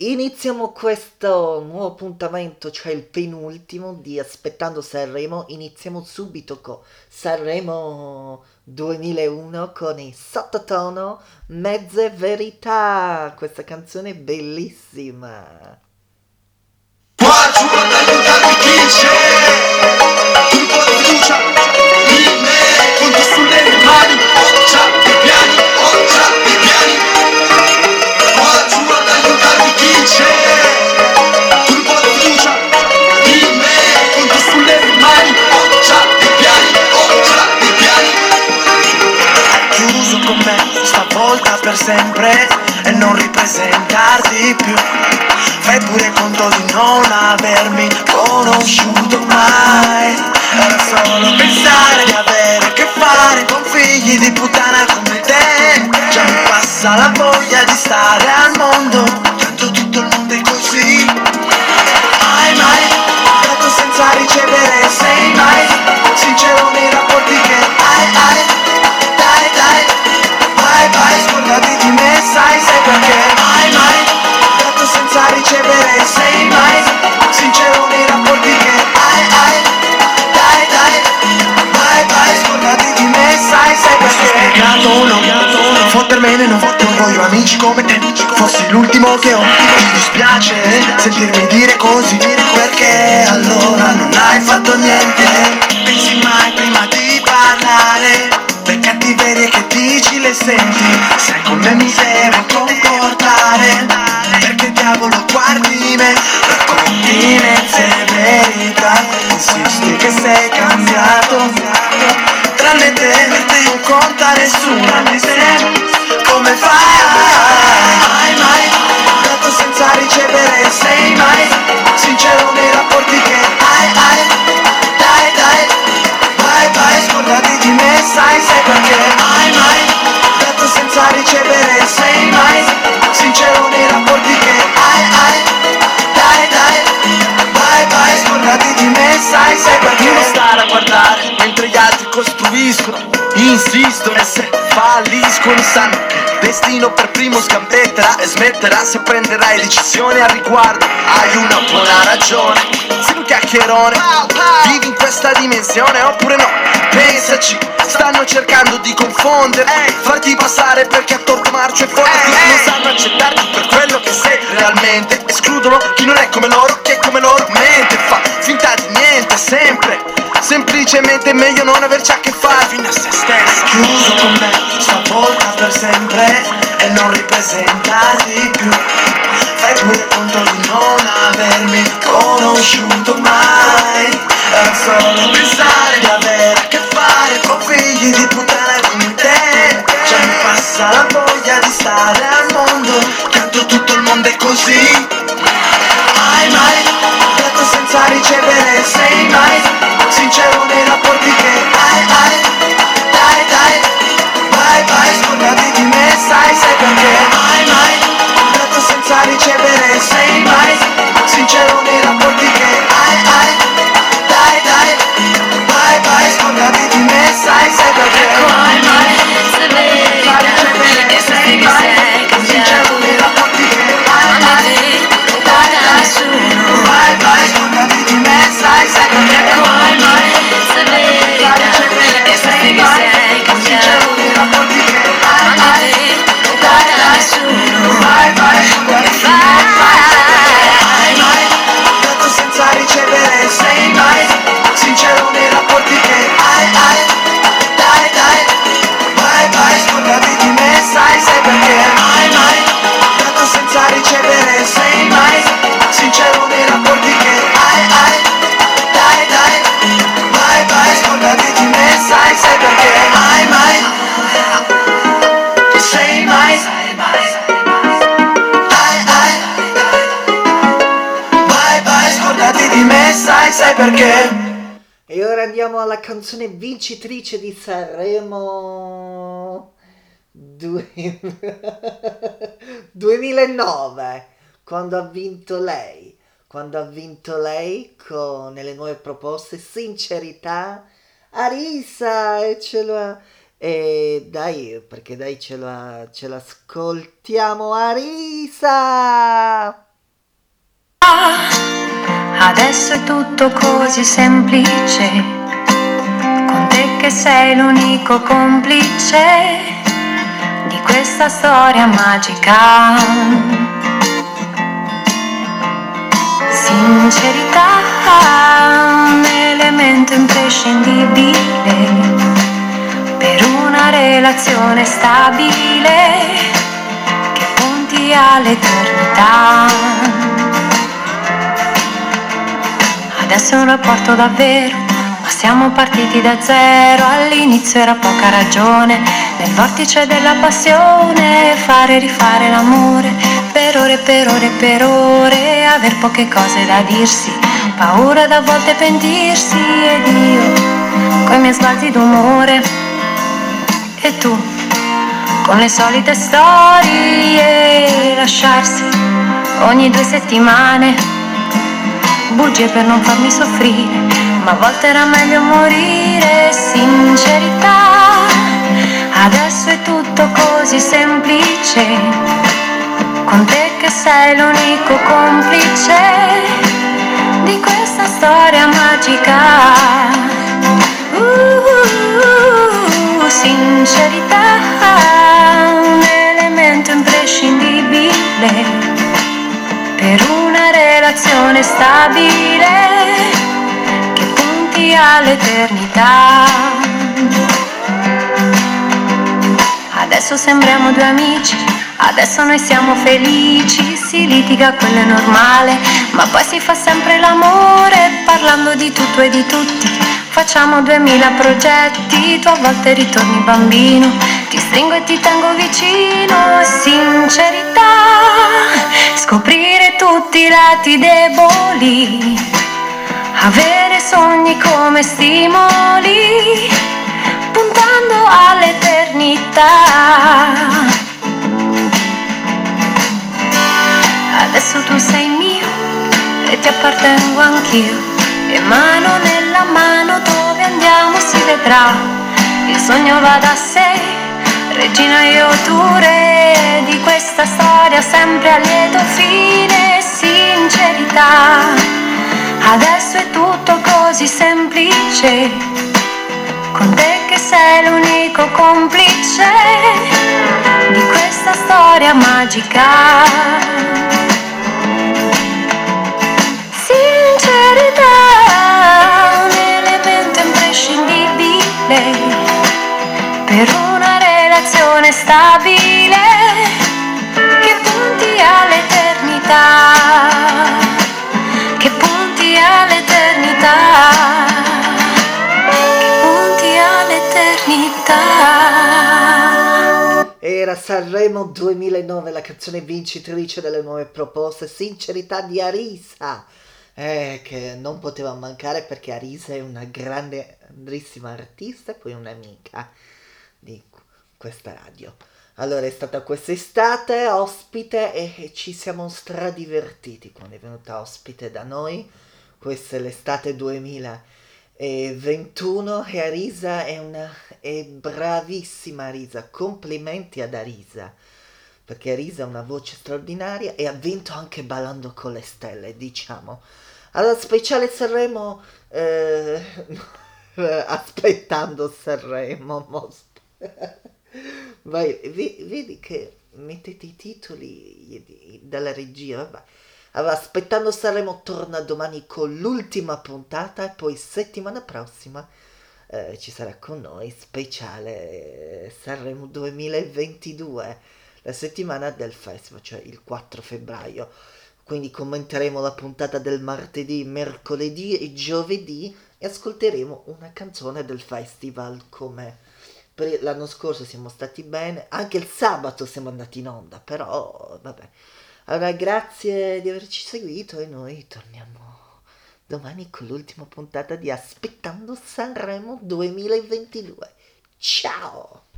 Iniziamo questo nuovo appuntamento, cioè il penultimo di Aspettando Sanremo. Iniziamo subito con Sanremo 2001 con il sottotono Mezze Verità. Questa canzone è bellissima. Quattro ad aiutarmi chi c'è. Un po' di fiducia in me. Conto sulle mie mani. Ho già dei piani, ho già dei piani. Quattro ad aiutarmi chi c'è. Un po' di fiducia in me. Conto sulle mie mani. Ho già dei piani, ho già dei piani. Hai chiuso con me stavolta per sempre e non ripresentarti più. Fai pure conto di non avermi conosciuto mai. Era solo pensare di avere a che fare con figli di puttana come te. Già mi passa la voglia di stare al mondo, tanto tutto il mondo è così. Hai mai dato senza ricevere? Sei mai sincero nei rapporti che hai? Dai, dai, vai, vai, scordati di me, sai perché? Hai mai dato senza ricevere? Sei mai sincero nei rapporti che hai? Dai, dai, vai, vai, scordati di me, sai perché? Spiegato, no, fottermene no, non voglio amici come te. Fossi l'ultimo che ho, mi dispiace sentirmi dire così, perché allora non hai fatto niente. Pensi mai prima di parlare? Le cattiverie che dici le senti, sai come mi devo comportare. Perché diavolo guardi me, racconti mezze verità. Insisti che sei cambiato, tranne te non conta nessuno di te. Come fai? Hai mai dato senza ricevere? Sei mai sincero nei rapporti che hai? Dai, dai, vai, vai, scordati di me, sai perché? Hai mai dato senza ricevere? Sei mai sincero nei rapporti che hai? Dai, dai, vai, vai, scordati di me, sai perché? Non stare a guardare mentre gli altri costruiscono, insistono e se falliscono sanno che il destino per primo scampetterà e smetterà se prenderai decisioni al riguardo. Hai una buona ragione, sei un chiacchierone, vivi in questa dimensione oppure no? Pensaci, stanno cercando di confondere, farti passare perché a torto marcio e forte. Non sanno accettarti per quello che sei realmente, escludono chi non è come loro, chi è come loro mente. Fa finta di niente sempre, semplicemente è meglio non averci a che fare fino a se stessi. Chiuso con me, stavolta per sempre, e non ripresentarti più. Fai pure conto di non avermi conosciuto mai. Era solo pensare di avere a che fare con figli di puttana come te. Già mi passa la voglia di stare al mondo, tanto tutto il mondo è così. Hai mai dato senza ricevere? Sei mai sincero nei rapporti che hai? Dai, dai, vai, vai, scordati di me, sai perché? Hai mai dato senza ricevere? Sei mai sincero nei rapporti che hai? Dai, dai, vai, vai, scordati di me, sai perché? Hai mai senza ricevere? Sei mai sincero nei rapporti che hai? Dai, dai, vai, vai, scordati di me, sai perché? Hai mai senza ricevere? Sei mai sincero nei rapporti che hai? Dai, dai, vai, vai, scordati di me, sai perché? Hai mai dato senza ricevere? Sei mai sincero nei rapporti che hai? Dai, dai, vai, vai, scordati di me, sai perché? Hai mai dato senza ricevere? Sei mai sincero nei rapporti che hai? Dai, dai, vai, vai, scordati di me, sai perché? Hai mai, sei mai, dai, vai, vai, scordati di me, sai perché? E ora andiamo alla canzone vincitrice di Sanremo 2009, quando ha vinto lei. Quando ha vinto lei con le nuove proposte Sincerità, Arisa e ce l'ha. E dai, perché dai ce l'ascoltiamo Arisa! Adesso è tutto così semplice, con te che sei l'unico complice di questa storia magica. Sincerità, un elemento imprescindibile per una relazione stabile che punti all'eternità. Adesso è un rapporto davvero, ma siamo partiti da zero. All'inizio era poca ragione, nel vortice della passione, fare e rifare l'amore, per ore, per ore, per ore, aver poche cose da dirsi, paura da volte pentirsi, ed io, coi miei sbalzi d'umore, e tu, con le solite storie, lasciarsi ogni 2 settimane, bugie per non farmi soffrire, ma a volte era meglio morire. Sincerità, adesso è tutto così semplice, con te che sei l'unico complice di questa storia magica. Sincerità, un elemento imprescindibile per una relazione stabile che punti all'eternità. Adesso sembriamo 2 amici, adesso noi siamo felici, si litiga, quello è normale, ma poi si fa sempre l'amore, parlando di tutto e di tutti, facciamo 2000 progetti, tu a volte ritorni bambino, ti stringo e ti tengo vicino. Sincerità, scoprire tutti i lati deboli, avere sogni come stimoli, puntando all'eternità. Adesso tu sei mio e ti appartengo anch'io, e mano nella mano dove andiamo si vedrà, il sogno va da sé, regina io tu re di questa storia sempre a lieto fine. Sincerità, adesso è tutto così semplice, con te che sei l'unico complice di questa storia magica. Sincerità, un elemento imprescindibile per una relazione stabile che punti all'eternità, che punti all'eternità, che punti all'eternità. Era Sanremo 2009, la canzone vincitrice delle nuove proposte, Sincerità di Arisa, che non poteva mancare perché Arisa è una grandissima artista e poi un'amica di questa radio. Allora è stata quest'estate ospite e ci siamo stradivertiti quando è venuta ospite da noi. Questa è l'estate 2021 e Arisa è bravissima. Arisa, complimenti ad Arisa, perché Arisa ha una voce straordinaria e ha vinto anche Ballando con le stelle, diciamo. Allora, speciale Sanremo, aspettando Sanremo, vai, vedi che mettete i titoli dalla regia, vabbè. Allora, aspettando Sanremo torna domani con l'ultima puntata e poi settimana prossima ci sarà con noi speciale Sanremo 2022, la settimana del festival, cioè il 4 febbraio. Quindi commenteremo la puntata del martedì, mercoledì e giovedì e ascolteremo una canzone del festival come per l'anno scorso siamo stati bene, anche il sabato siamo andati in onda, però vabbè. Allora grazie di averci seguito e noi torniamo domani con l'ultima puntata di Aspettando Sanremo 2022. Ciao!